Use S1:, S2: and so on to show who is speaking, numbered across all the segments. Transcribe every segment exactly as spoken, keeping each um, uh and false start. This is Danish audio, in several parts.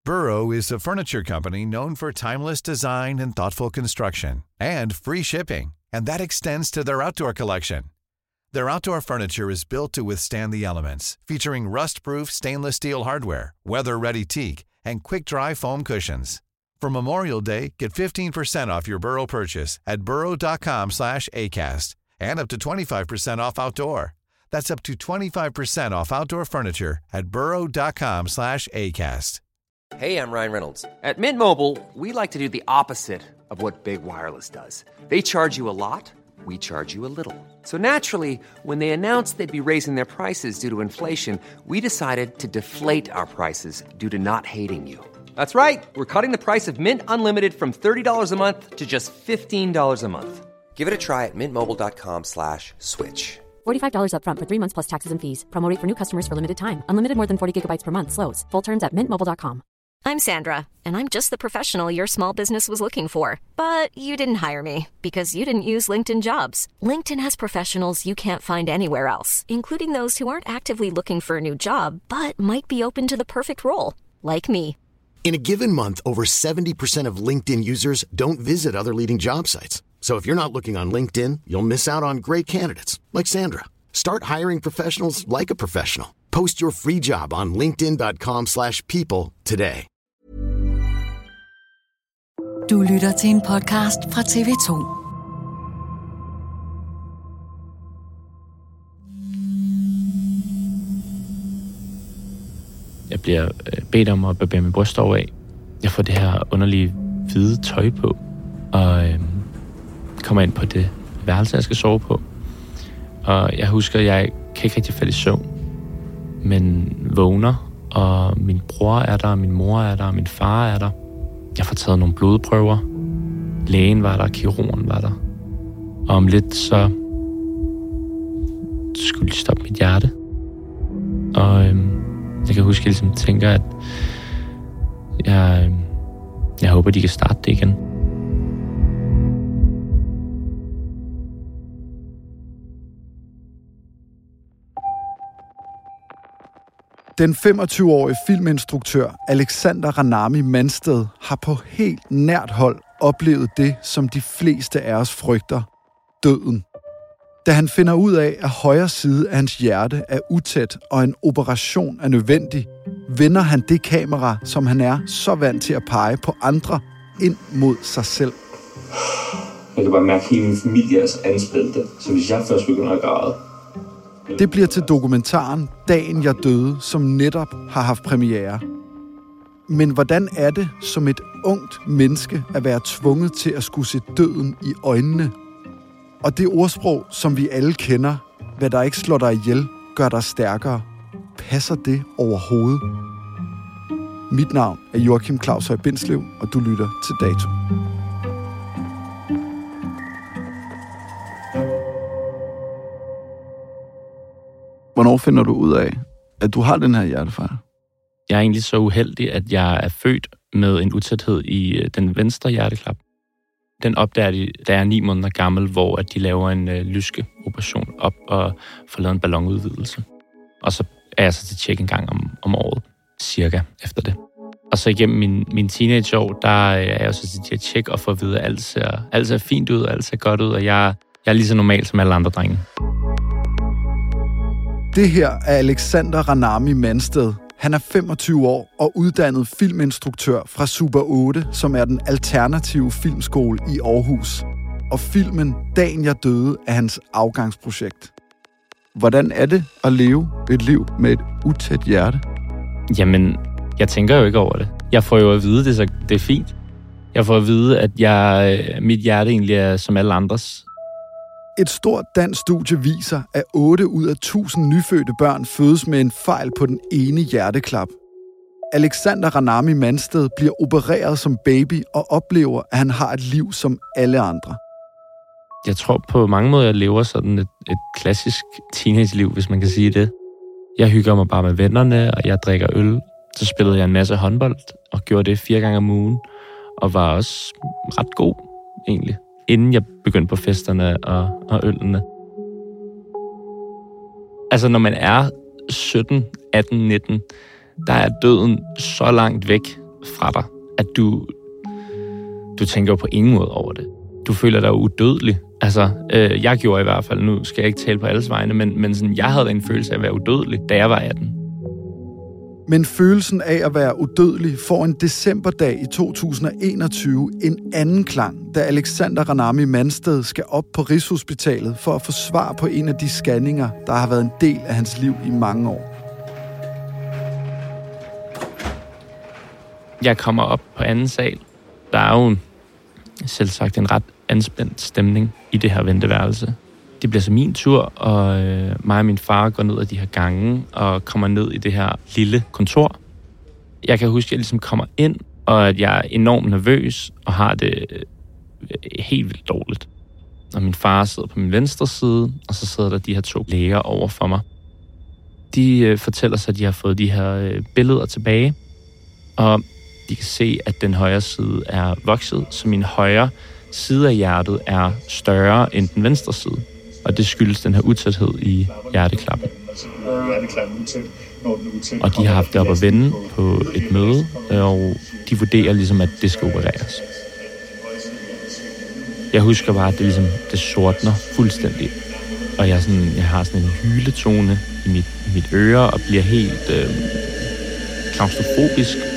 S1: Burrow is a furniture company known for timeless design and thoughtful construction, and free shipping, and that extends to their outdoor collection. Their outdoor furniture is built to withstand the elements, featuring rust-proof stainless steel hardware, weather-ready teak, and quick-dry foam cushions. For Memorial Day, get fifteen percent off your Burrow purchase at burrow.com slash ACAST and up to twenty-five percent off outdoor. That's up to twenty-five percent off outdoor furniture at burrow.com slash ACAST.
S2: Hey, I'm Ryan Reynolds. At Mint Mobile, we like to do the opposite of what Big Wireless does. They charge you a lot, we charge you a little. So naturally, when they announced they'd be raising their prices due to inflation, we decided to deflate our prices due to not hating you. That's right. We're cutting the price of Mint Unlimited from thirty dollars a month to just fifteen dollars a month. Give it a try at mintmobile.com slash switch.
S3: forty-five dollars up front for three months plus taxes and fees. Promo rate for new customers for limited time. Unlimited more than forty gigabytes per month. Slows full terms at mint mobile dot com.
S4: I'm Sandra, and I'm just the professional your small business was looking for. But you didn't hire me because you didn't use LinkedIn Jobs. LinkedIn has professionals you can't find anywhere else, including those who aren't actively looking for a new job, but might be open to the perfect role, like me.
S5: In a given month, over seventy percent of LinkedIn users don't visit other leading job sites. So if you're not looking on LinkedIn, you'll miss out on great candidates like Sandra. Start hiring professionals like a professional. Post your free job on linkedin.com slash people today.
S6: Du lytter til en podcast fra T V to.
S7: Jeg bliver bedt om at barbere min bryst over af. Jeg får det her underlige hvide tøj på, og øh, kommer ind på det værelse, jeg skal sove på. Og jeg husker, at jeg kan ikke rigtig falde i søvn, men vågner, og min bror er der, min mor er der, min far er der. Jeg får taget nogle blodprøver. Lægen var der, kirurgen var der. Og om lidt, så skulle de stoppe mit hjerte. Og øhm, jeg kan huske, at jeg ligesom tænker, at jeg, øhm, jeg håber, de kan starte det igen.
S8: Den femogtyve-årige filminstruktør Alexander Ranami Mansted har på helt nært hold oplevet det, som de fleste af os frygter, døden. Da han finder ud af, at højre side af hans hjerte er utæt og en operation er nødvendig, vender han det kamera, som han er så vant til at pege på andre, ind mod sig selv.
S9: Jeg kan bare mærke hele min familie er anspændte, så hvis jeg først begynder at græde.
S8: Det bliver til dokumentaren Dagen jeg døde, som netop har haft premiere. Men hvordan er det som et ungt menneske at være tvunget til at skulle se døden i øjnene? Og det ordsprog, som vi alle kender, hvad der ikke slår dig ihjel, gør dig stærkere. Passer det overhovedet? Mit navn er Joachim Claus Høj Bindslev, og du lytter til Dato. Hvornår finder du ud af, at du har den her hjertefejl?
S7: Jeg er egentlig så uheldig, at jeg er født med en utæthed i den venstre hjerteklap. Den opdager de, da jeg er ni måneder gammel, hvor de laver en øh, lyskeoperation op og får lavet en ballonudvidelse. Og så er jeg så til tjek en gang om, om året, cirka efter det. Og så igennem min, min teenageår, der er jeg så til at tjekke og få at vide, at alt ser, alt ser fint ud, alt ser godt ud, og jeg, jeg er lige så normal som alle andre drenge.
S8: Det her er Alexander Ranami Mansted. Han er femogtyve år og uddannet filminstruktør fra Super otte, som er den alternative filmskole i Aarhus. Og filmen Dagen jeg døde er hans afgangsprojekt. Hvordan er det at leve et liv med et utæt hjerte?
S7: Jamen, jeg tænker jo ikke over det. Jeg får jo at vide det, så det er fint. Jeg får at vide, at jeg, mit hjerte egentlig er som alle andres.
S8: Et stort dansk studie viser, at otte ud af tusind nyfødte børn fødes med en fejl på den ene hjerteklap. Alexander Ranami Mansted bliver opereret som baby og oplever, at han har et liv som alle andre.
S7: Jeg tror på mange måder, jeg lever sådan et, et klassisk teenage-liv, hvis man kan sige det. Jeg hygger mig bare med vennerne, og jeg drikker øl. Så spillede jeg en masse håndbold og gjorde det fire gange om ugen, og var også ret god, egentlig, inden jeg begyndte på festerne og, og ølene. Altså, når man er sytten, atten, nitten, der er døden så langt væk fra dig, at du, du tænker jo på ingen måde over det. Du føler dig udødelig. Altså, øh, jeg gjorde i hvert fald, nu skal jeg ikke tale på alles vegne, men, men sådan, jeg havde en følelse af at være udødelig, da jeg var atten.
S8: Men følelsen af at være udødelig får en decemberdag i to tusind og enogtyve en anden klang, da Alexander Ranami Mansted skal op på Rigshospitalet for at få svar på en af de scanninger, der har været en del af hans liv i mange år.
S7: Jeg kommer op på anden sal. Der er jo selv sagt en ret anspændt stemning i det her venteværelse. Det bliver så min tur, og øh, mig og min far går ned ad de her gange og kommer ned i det her lille kontor. Jeg kan huske, at jeg ligesom kommer ind, og at jeg er enormt nervøs og har det øh, helt vildt dårligt. Og min far sidder på min venstre side, og så sidder der de her to læger over for mig. De øh, fortæller sig, at de har fået de her øh, billeder tilbage, og de kan se, at den højre side er vokset, så min højre side af hjertet er større end den venstre side. Og det skyldes den her utæthed i hjerteklappen. Og de har haft det op at vende på et møde, og de vurderer ligesom, at det skal opereres. Jeg husker bare, at det ligesom det sortner fuldstændig. Og jeg, sådan, jeg har sådan en hyletone i mit, i mit øre og bliver helt øh, klaustrofobisk.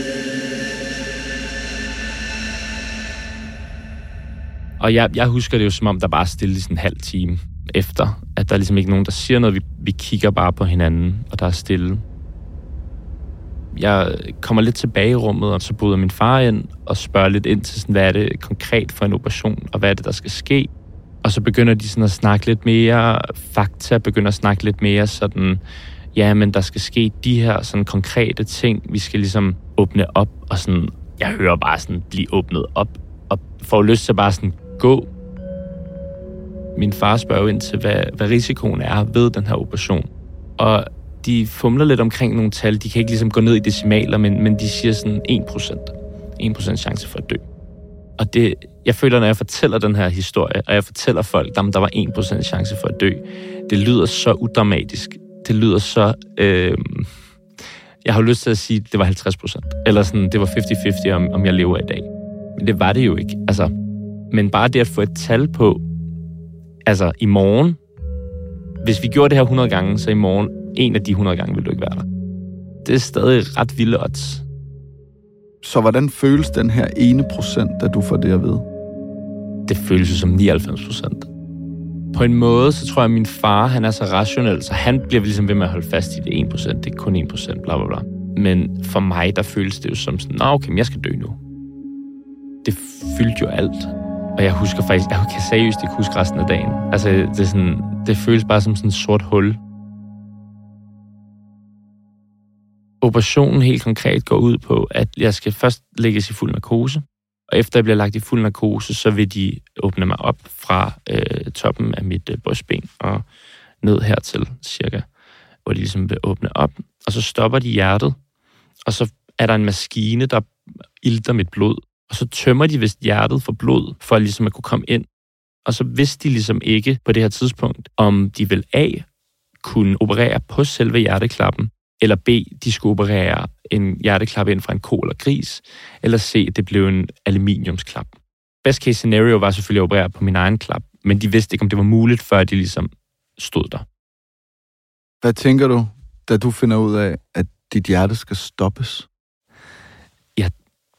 S7: Og jeg, jeg husker det jo, som om der bare er stille i sådan en halv time efter, at der er ligesom ikke nogen, der siger noget. Vi, vi kigger bare på hinanden, og der er stille. Jeg kommer lidt tilbage i rummet, og så bryder min far ind og spørger lidt ind til, sådan, hvad er det konkret for en operation, og hvad er det, der skal ske. Og så begynder de sådan at snakke lidt mere fakta, begynder at snakke lidt mere sådan, ja, men der skal ske de her sådan konkrete ting. Vi skal ligesom åbne op, og sådan, jeg hører bare sådan blive åbnet op, og får lyst til bare sådan gå. Min far spørger ind til, hvad, hvad risikoen er ved den her operation. Og de fumler lidt omkring nogle tal. De kan ikke ligesom gå ned i decimaler, men, men de siger sådan en procent. en procent chance for at dø. Og det, jeg føler, når jeg fortæller den her historie, og jeg fortæller folk, at der var en procent chance for at dø, det lyder så udramatisk. Det lyder så... Øh, jeg har lyst til at sige, at det var halvtreds procent. Eller sådan, det var halvtreds halvtreds, om, om jeg lever i dag. Men det var det jo ikke. Altså, men bare det at få et tal på, altså i morgen, hvis vi gjorde det her hundrede gange, så i morgen, en af de hundrede gange vil du ikke være der. Det er stadig ret vilde odds.
S8: Så hvordan føles den her ene procent, da du får det at vide?
S7: Det føles som nioghalvfems procent. På en måde, så tror jeg, at min far, han er så rationel, så han bliver ligesom ved med at holde fast i det en procent. Det er kun en procent, bla bla bla. Men for mig, der føles det jo som sådan, nå okay, men jeg skal dø nu. Det fyldte jo alt. Og jeg husker faktisk, jeg kan seriøst ikke huske resten af dagen. Altså, det, er sådan, det føles bare som sådan et sort hul. Operationen helt konkret går ud på, at jeg skal først lægges i fuld narkose. Og efter jeg bliver lagt i fuld narkose, så vil de åbne mig op fra øh, toppen af mit øh, brystben og ned hertil cirka, hvor de ligesom vil åbne op. Og så stopper de hjertet, og så er der en maskine, der ilter mit blod. Og så tømmer de vist hjertet for blod, for ligesom at kunne komme ind. Og så vidste de ligesom ikke på det her tidspunkt, om de vil A, kunne operere på selve hjerteklappen, eller B, de skulle operere en hjerteklap ind fra en ko eller gris, eller C, det blev en aluminiumsklap. Best case scenario var selvfølgelig at operere på min egen klap, men de vidste ikke, om det var muligt, før de ligesom stod der.
S8: Hvad tænker du, da du finder ud af, at dit hjerte skal stoppes?
S7: Ja.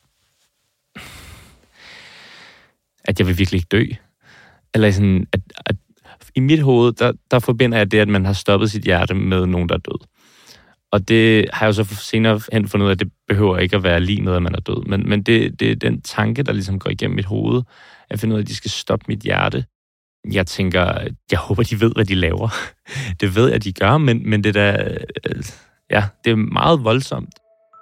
S7: At jeg vil virkelig ikke dø. Eller sådan, at, at i mit hoved, der, der forbinder jeg det, at man har stoppet sit hjerte med nogen, der er død. Og det har jeg jo så senere hen fundet ud af, at det behøver ikke at være lige noget, at man er død. Men, men det, det er den tanke, der ligesom går igennem mit hoved. Jeg finder ud af, at de skal stoppe mit hjerte. Jeg tænker, jeg håber, de ved, hvad de laver. Det ved jeg, at de gør, men, men det der, ja, det er meget voldsomt.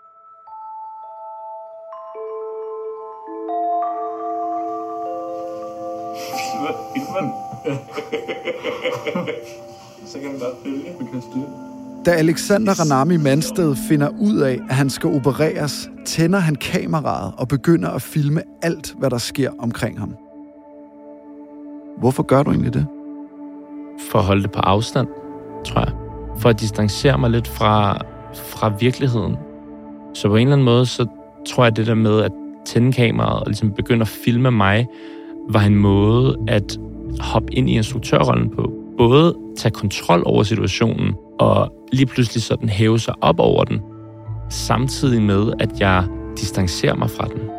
S9: Så kan man bare følge. Man kan styre.
S8: Da Alexander Ranami Mansted finder ud af, at han skal opereres, tænder han kameraet og begynder at filme alt, hvad der sker omkring ham. Hvorfor gør du egentlig det?
S7: For at holde det på afstand, tror jeg. For at distancere mig lidt fra, fra virkeligheden. Så på en eller anden måde, så tror jeg, det der med at tænde kameraet og ligesom begynde at filme mig, var en måde at hoppe ind i instruktørrollen på. Både tage kontrol over situationen og lige pludselig sådan hæve sig op over den, samtidig med, at jeg distancerer mig fra den.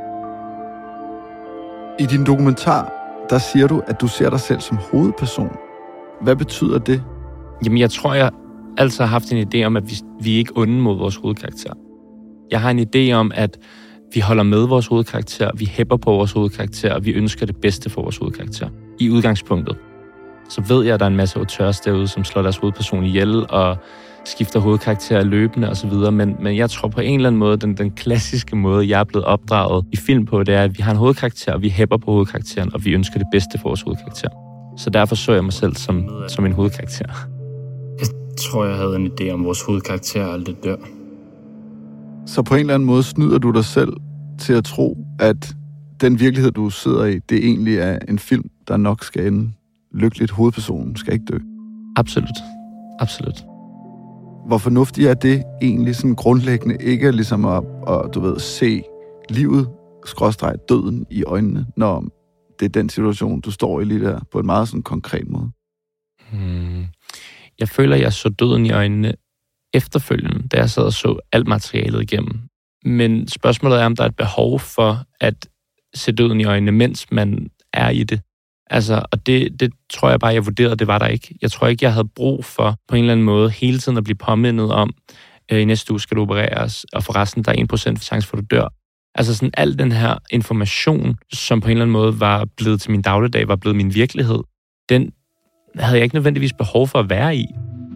S8: I din dokumentar, der siger du, at du ser dig selv som hovedperson. Hvad betyder det?
S7: Jamen, jeg tror, jeg altid har haft en idé om, at vi, vi ikke er onde mod vores hovedkarakter. Jeg har en idé om, at vi holder med vores hovedkarakter, vi hæpper på vores hovedkarakter, og vi ønsker det bedste for vores hovedkarakter. I udgangspunktet. Så ved jeg, at der er en masse auteurs derude, som slår deres hovedperson ihjel og skifter hovedkarakterer løbende osv., men, men jeg tror på en eller anden måde, den, den klassiske måde, jeg er blevet opdraget i film på, det er, at vi har en hovedkarakter, og vi hæpper på hovedkarakteren, og vi ønsker det bedste for vores hovedkarakter. Så derfor så jeg mig selv som, som en hovedkarakter.
S10: Jeg tror, jeg havde en idé om, vores hovedkarakter aldrig dør.
S8: Så på en eller anden måde snyder du dig selv til at tro, at den virkelighed, du sidder i, det egentlig er en film, der nok skal ende lykkeligt. Hovedpersonen skal ikke dø.
S7: Absolut. Absolut.
S8: Hvor fornuftigt er det egentlig sådan grundlæggende ikke ligesom at, at du ved, se livet, skråstreg døden i øjnene, når det er den situation, du står i lige der, på en meget sådan konkret måde?
S7: Hmm. Jeg føler, jeg så døden i øjnene efterfølgende, da jeg sad og så alt materialet igennem. Men spørgsmålet er, om der er et behov for at se døden i øjnene, mens man er i det. Altså, og det, det tror jeg bare, jeg vurderede, det var der ikke. Jeg tror ikke, jeg havde brug for på en eller anden måde hele tiden at blive påmindet om, øh, i næste uge skal du opereres, og forresten, der er en procent chance for, at du dør. Altså sådan al den her information, som på en eller anden måde var blevet til min dagligdag, var blevet min virkelighed, den havde jeg ikke nødvendigvis behov for at være i.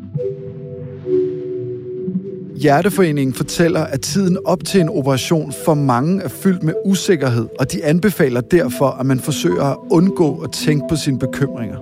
S8: Hjerteforeningen fortæller, at tiden op til en operation for mange er fyldt med usikkerhed, og de anbefaler derfor, at man forsøger at undgå at tænke på sine bekymringer.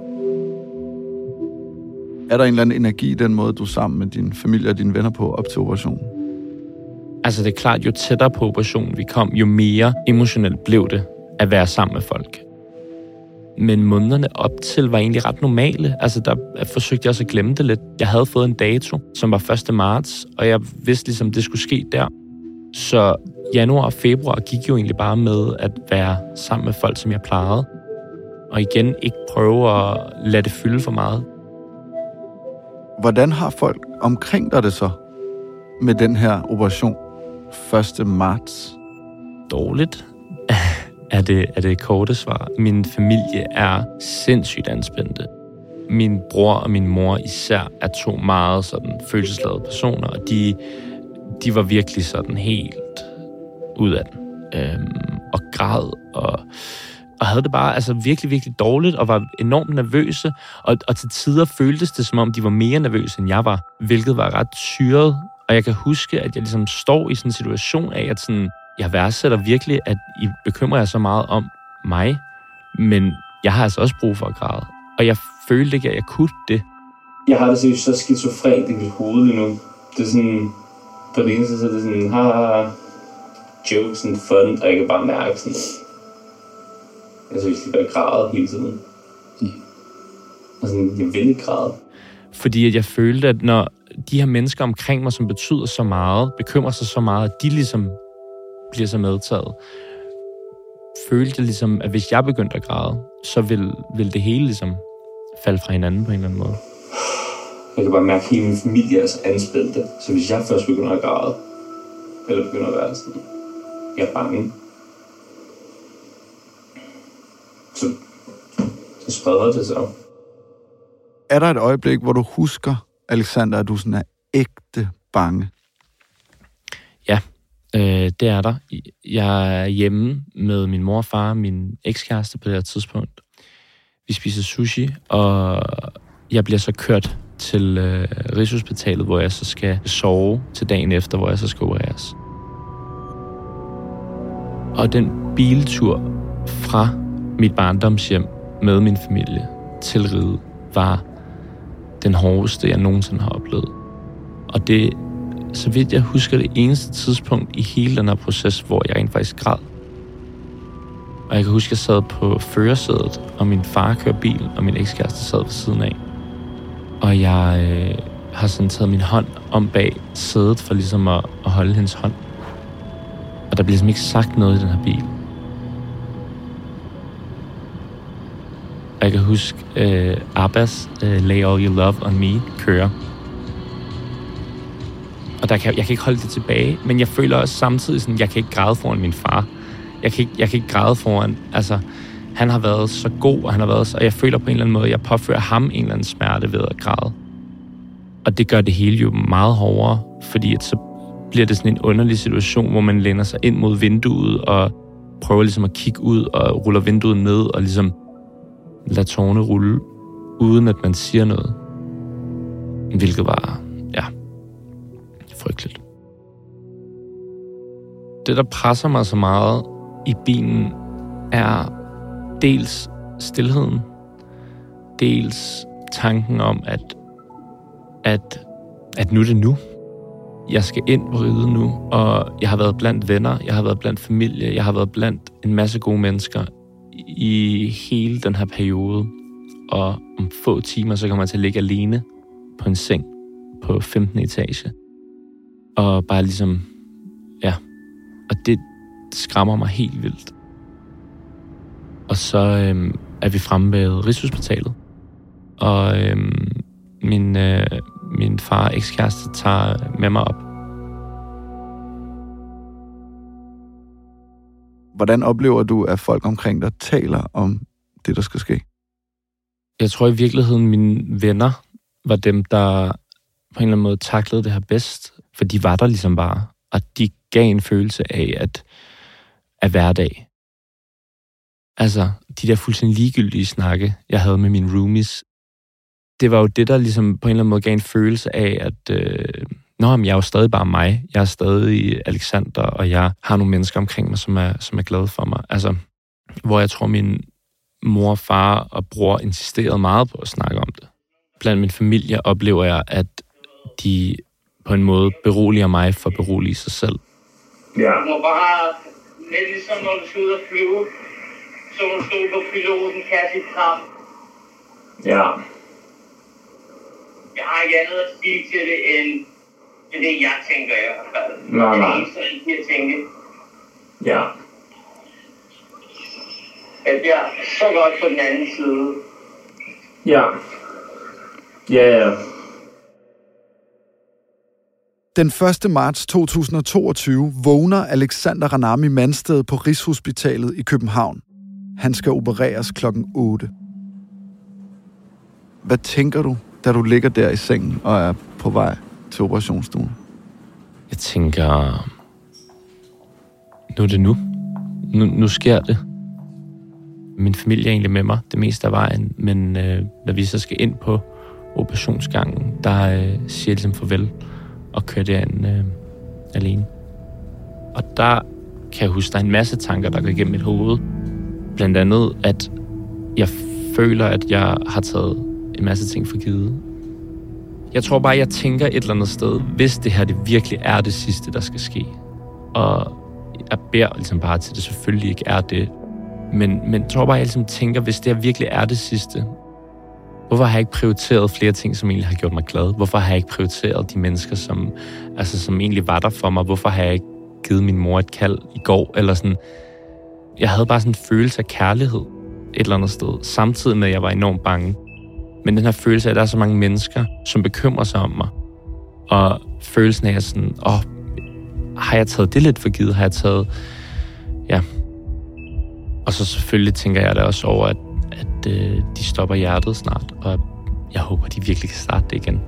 S8: Er der en eller anden energi i den måde, du er sammen med din familie og dine venner på op til operationen?
S7: Altså det er klart, jo tættere på operationen vi kom, jo mere emotionelt blev det at være sammen med folk. Men månederne op til var egentlig ret normale. Altså der forsøgte jeg også at glemme det lidt. Jeg havde fået en dato, som var første marts, og jeg vidste ligesom, det skulle ske der. Så januar og februar gik jo egentlig bare med at være sammen med folk, som jeg plejede. Og igen ikke prøve at lade det fylde for meget.
S8: Hvordan har folk omkring dig det så med den her operation første marts?
S7: Dårligt. Er det, er det korte svar. Min familie er sindssygt anspændte. Min bror og min mor især er to meget sådan følelsesladede personer, og de, de var virkelig sådan helt ud af den. Øhm, og græd, og, og havde det bare altså virkelig, virkelig dårligt, og var enormt nervøse. Og, og til tider føltes det, som om de var mere nervøse, end jeg var, hvilket var ret syret. Og jeg kan huske, at jeg ligesom står i sådan en situation af, at sådan, jeg værdsætter virkelig, at I bekymrer jer så meget om mig, men jeg har altså også brug for at græde. Og jeg følte ikke, at jeg kunne det.
S9: Jeg har det seriøst så skizofrent i mit hoved lige nu. Det er sådan, på det ene side, så er det sådan, ha, jokes, sådan fun, og jeg kan bare mærke sådan, jeg synes, jeg bare græde hele tiden. Og sådan, jeg vil ikke græde.
S7: Fordi at jeg følte, at når de her mennesker omkring mig, som betyder så meget, bekymrer sig så meget, at de ligesom bliver så medtaget, følte jeg ligesom, at hvis jeg begyndte at græde, så ville, ville det hele ligesom falde fra hinanden på en eller anden måde.
S9: Jeg kan bare mærke, at hele min familie er så anspændte. Så hvis jeg først begynder at græde, eller begynder at være sådan, jeg er bange, så, så spreder det sig.
S8: Er der et øjeblik, hvor du husker, Alexander, at du sådan er ægte bange?
S7: Ja, øh, det er der. Jeg er hjemme med min mor og far, min ekskæreste på det her tidspunkt. Vi spiser sushi, og jeg bliver så kørt til øh, Rigshospitalet, hvor jeg så skal sove til dagen efter, hvor jeg så skal opereres. Og den biltur fra mit barndomshjem med min familie til Riget var den hårdeste, jeg nogensinde har oplevet. Og det, så vidt jeg husker, det eneste tidspunkt i hele den her proces, hvor jeg rent faktisk græd. Og jeg kan huske, at jeg sad på førersædet, og min far kører bil, og min ekskæreste sad ved siden af. Og jeg øh, har sådan taget min hånd om bag sædet for ligesom at, at holde hendes hånd. Og der bliver ligesom ikke sagt noget i den her bil. Og jeg kan huske, uh, Abbas uh, Lay All Your Love On Me kører. Og der kan, jeg kan ikke holde det tilbage, men jeg føler også samtidig sådan, jeg kan ikke græde foran min far. Jeg kan ikke, jeg kan ikke græde foran, altså, han har været så god, og han har været så, og jeg føler på en eller anden måde, at jeg påfører ham en eller anden smerte ved at græde. Og det gør det hele jo meget hårdere, fordi at så bliver det sådan en underlig situation, hvor man læner sig ind mod vinduet, og prøver ligesom at kigge ud, og ruller vinduet ned, og ligesom lader tårerne rulle, uden at man siger noget. Hvilket var, ja, frygteligt. Det, der presser mig så meget i bilen, er dels stilheden, dels tanken om, at, at, at nu er det nu. Jeg skal ind på riget nu, og jeg har været blandt venner, jeg har været blandt familie, jeg har været blandt en masse gode mennesker i hele den her periode. Og om få timer, så kommer jeg til at ligge alene på en seng på femtende etage. Og bare ligesom, ja, og det skræmmer mig helt vildt. Og så øhm, er vi fremme ved Rigshospitalet, og øhm, min, øh, min far og ekskæreste tager med mig op.
S8: Hvordan oplever du, at folk omkring dig taler om det, der skal ske?
S7: Jeg tror i virkeligheden, mine venner var dem, der på en eller anden måde taklede det her bedst, for de var der ligesom bare, og de gav en følelse af, at, at hverdag. Altså, de der fuldstændig ligegyldige snakke, jeg havde med mine roomies, det var jo det, der ligesom på en eller anden måde gav en følelse af, at øh, nå, men jeg er jo stadig bare mig. Jeg er stadig Alexander, og jeg har nogle mennesker omkring mig, som er, som er glade for mig. Altså, hvor jeg tror, min mor, far og bror insisterede meget på at snakke om det. Blandt min familie oplever jeg, at de på en måde beroliger mig for at berolige sig selv.
S9: Ja.
S11: Du må bare, lidt ligesom når du skal ud og flyve, så må du stå på piloten, kasse i kram.
S9: Ja.
S11: Jeg har ikke andet at sige til det, end det er det, jeg tænker i hvert fald.
S9: Nej, nej.
S11: Det er eneste, jeg tænker.
S9: Ja.
S11: Jeg bliver så godt på den anden side.
S9: Ja. Ja, ja.
S8: Den første marts to tusind og toogtyve vågner Alexander Ranami Mansted på Rigshospitalet i København. Han skal opereres klokken otte. Hvad tænker du, da du ligger der i sengen og er på vej til operationsstuen?
S7: Jeg tænker, nu er det nu. Nu, nu sker det. Min familie er egentlig med mig det meste af vejen, men øh, når vi så skal ind på operationsgangen, der øh, siger jeg ligesom farvel og kører derind øh, alene. Og der kan jeg huske, der er en masse tanker, der går igennem mit hoved. Blandt andet, at jeg føler, at jeg har taget en masse ting for givet. Jeg tror bare, jeg tænker et eller andet sted, hvis det her det virkelig er det sidste, der skal ske. Og jeg beder ligesom bare til, det selvfølgelig ikke er det. Men, men jeg tror bare, jeg ligesom tænker, hvis det her virkelig er det sidste, hvorfor har jeg ikke prioriteret flere ting, som egentlig har gjort mig glad? Hvorfor har jeg ikke prioriteret de mennesker, som, altså, som egentlig var der for mig? Hvorfor har jeg ikke givet min mor et kald i går? Eller sådan. Jeg havde bare sådan en følelse af kærlighed et eller andet sted, samtidig med, at jeg var enormt bange. Men den her følelse af, at der er så mange mennesker, som bekymrer sig om mig. Og følelsen af, sådan, åh, har jeg taget det lidt for givet? Har jeg taget, ja. Og så selvfølgelig tænker jeg da også over, at, at øh, de stopper hjertet snart, og jeg håber, de virkelig kan starte det igen.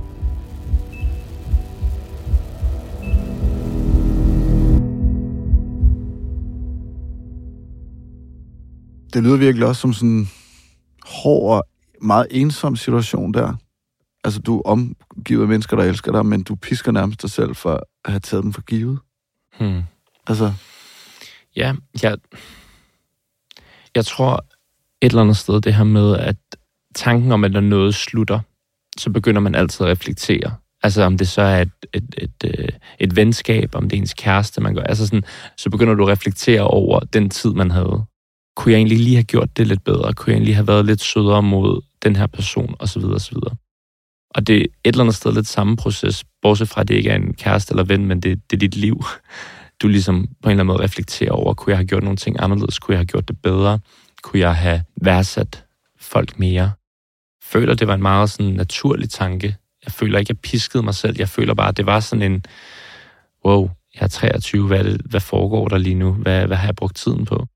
S8: Det lyder virkelig også som sådan en hård og meget ensom situation der. Altså, du er omgivet af mennesker, der elsker dig, men du pisker nærmest dig selv for at have taget dem for givet.
S7: Hmm.
S8: Altså...
S7: Ja, jeg, jeg tror et eller andet sted, det her med, at tanken om, at når noget slutter, så begynder man altid at reflektere. Altså, om det så er et, et, et, et, et venskab, om det er ens kæreste, man gør. Altså sådan, så begynder du at reflektere over den tid, man havde. Kunne jeg egentlig lige have gjort det lidt bedre? Kunne jeg egentlig have været lidt sødere mod den her person? Og så videre, og så videre. Og det er et eller andet sted lidt samme proces, bortset fra, at det ikke er en kæreste eller ven, men det, det er dit liv. du ligesom på en eller anden måde reflekterer over, kunne jeg have gjort nogle ting anderledes? Kunne jeg have gjort det bedre? Kunne jeg have værdsat folk mere? Jeg føler, det var en meget sådan naturlig tanke. Jeg føler ikke, jeg piskede mig selv. Jeg føler bare, at det var sådan en, wow, jeg er treogtyve, hvad, er det, hvad foregår der lige nu? Hvad, hvad har jeg brugt tiden på?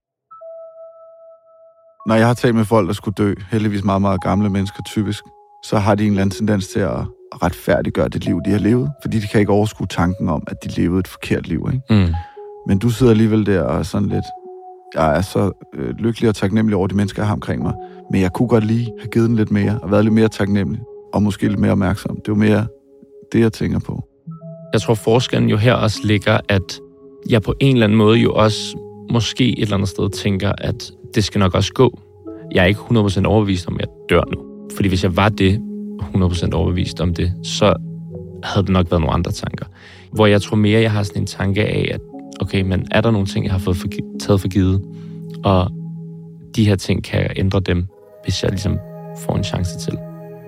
S8: Når jeg har talt med folk, der skulle dø, heldigvis meget, meget gamle mennesker typisk, så har de en eller anden tendens til at retfærdiggøre det liv, de har levet. Fordi de kan ikke overskue tanken om, at de levede et forkert liv. Ikke? Mm. Men du sidder alligevel der og er sådan lidt, jeg er så øh, lykkelig og taknemmelig over de mennesker, jeg har omkring mig. Men jeg kunne godt lige have givet den lidt mere, og været lidt mere taknemmelig, og måske lidt mere opmærksom. Det er jo mere det, jeg tænker på.
S7: Jeg tror, forskellen jo her også ligger, at jeg på en eller anden måde jo også måske et eller andet sted tænker, at det skal nok også gå. Jeg er ikke hundrede procent overbevist om, at jeg dør nu. Fordi hvis jeg var det, hundrede procent overbevist om det, så havde det nok været nogle andre tanker. Hvor jeg tror mere, jeg har sådan en tanke af, at okay, men er der nogle ting, jeg har fået for, taget for givet, og de her ting kan jeg ændre dem, hvis jeg ligesom får en chance til.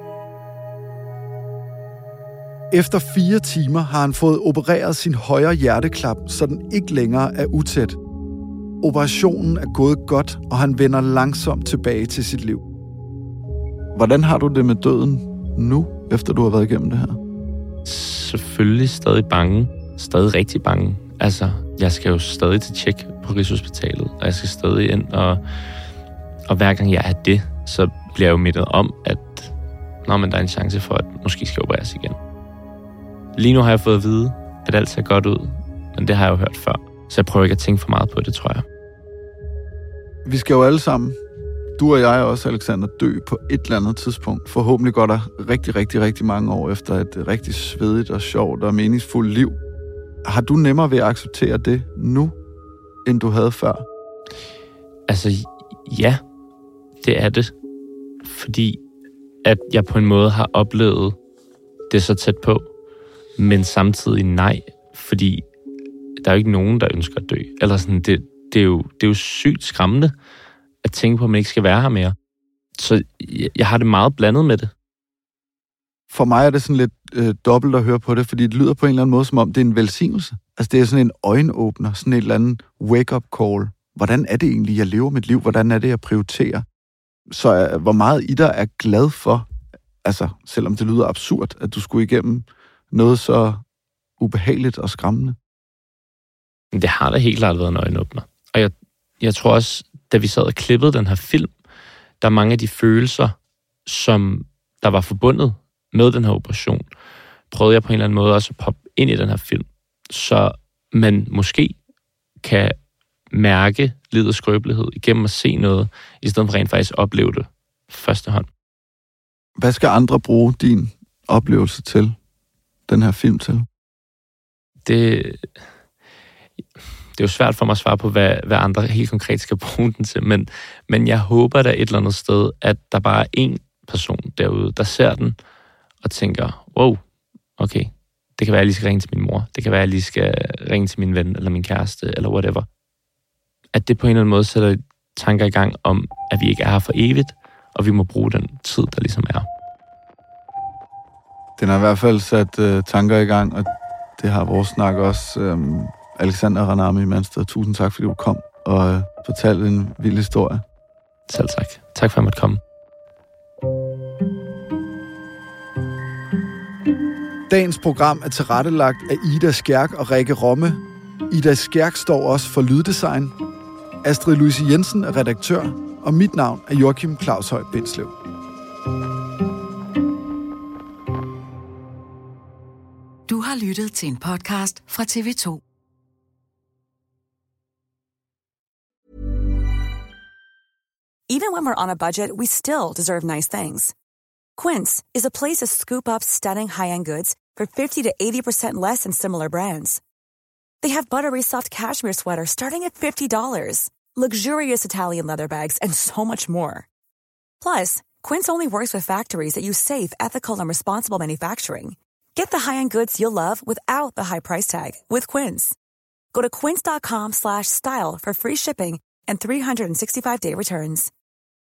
S8: Efter fire timer har han fået opereret sin højre hjerteklap, så den ikke længere er utæt. Operationen er gået godt, og han vender langsomt tilbage til sit liv. Hvordan har du det med døden nu, efter du har været igennem det her?
S7: Selvfølgelig stadig bange. Stadig rigtig bange. Altså, jeg skal jo stadig til tjek på Rigshospitalet, og jeg skal stadig ind, og, og hver gang jeg er det, så bliver jeg jo mindet om, at nå, men der er en chance for, at måske skal opereres igen. Lige nu har jeg fået at vide, at alt ser godt ud, men det har jeg jo hørt før. Så jeg prøver ikke at tænke for meget på det, tror jeg.
S8: Vi skal jo alle sammen, du og jeg også, Alexander, dø på et eller andet tidspunkt. Forhåbentlig går der rigtig, rigtig, rigtig mange år efter et rigtig svedigt og sjovt og meningsfuldt liv. Har du nemmere ved at acceptere det nu, end du havde før?
S7: Altså, ja, det er det. Fordi at jeg på en måde har oplevet det så tæt på, men samtidig nej, fordi der er jo ikke nogen, der ønsker at dø. Eller sådan, det, det, er jo, det er jo sygt skræmmende at tænke på, at man ikke skal være her mere. Så jeg, jeg har det meget blandet med det.
S8: For mig er det sådan lidt øh, dobbelt at høre på det, fordi det lyder på en eller anden måde, som om det er en velsignelse. Altså det er sådan en øjenåbner, sådan et eller andet wake-up call. Hvordan er det egentlig, jeg lever mit liv? Hvordan er det, jeg prioriterer? Så øh, hvor meget I der er glad for, altså selvom det lyder absurd, at du skulle igennem noget så ubehageligt og skræmmende?
S7: Det har da helt klart været en øjenåbner. Og jeg, jeg tror også, da vi sad og klippede den her film, der er mange af de følelser, som der var forbundet med den her operation, prøvede jeg på en eller anden måde også at poppe ind i den her film, så man måske kan mærke lidets skrøbelighed igennem at se noget, i stedet for rent faktisk opleve det første hånd.
S8: Hvad skal andre bruge din oplevelse til, den her film til?
S7: Det, det er jo svært for mig at svare på, hvad, hvad andre helt konkret skal bruge den til, men, men jeg håber da et eller andet sted, at der bare er én person derude, der ser den og tænker, wow, okay, det kan være, at jeg lige skal ringe til min mor, det kan være, at jeg lige skal ringe til min ven eller min kæreste, eller whatever. At det på en eller anden måde sætter tanker i gang om, at vi ikke er her for evigt, og vi må bruge den tid, der ligesom er.
S8: Den har i hvert fald sat uh, tanker i gang, og det har vores snak også. Um, Alexander Ranami Mansted, tusind tak, fordi du kom og uh, fortalte en vild historie.
S7: Selv tak. Tak for, at jeg måtte komme.
S8: Dagens program er tilrettelagt af Ida Skærk og Rikke Romme. Ida Skærk står også for lyddesign. Astrid Louise Jensen er redaktør, og mit navn er Joachim Claus Høj Bindslev.
S6: Du har lyttet til en podcast fra T V to.
S12: Even when we're on a budget, we still deserve nice things. Quince is a place to scoop up stunning high-end goods for fifty to eighty percent less than similar brands. They have buttery soft cashmere sweaters starting at fifty dollars, luxurious Italian leather bags, and so much more. Plus, Quince only works with factories that use safe, ethical, and responsible manufacturing. Get the high-end goods you'll love without the high price tag with Quince. Go to quince dot com slash style for free shipping and three sixty-five day returns.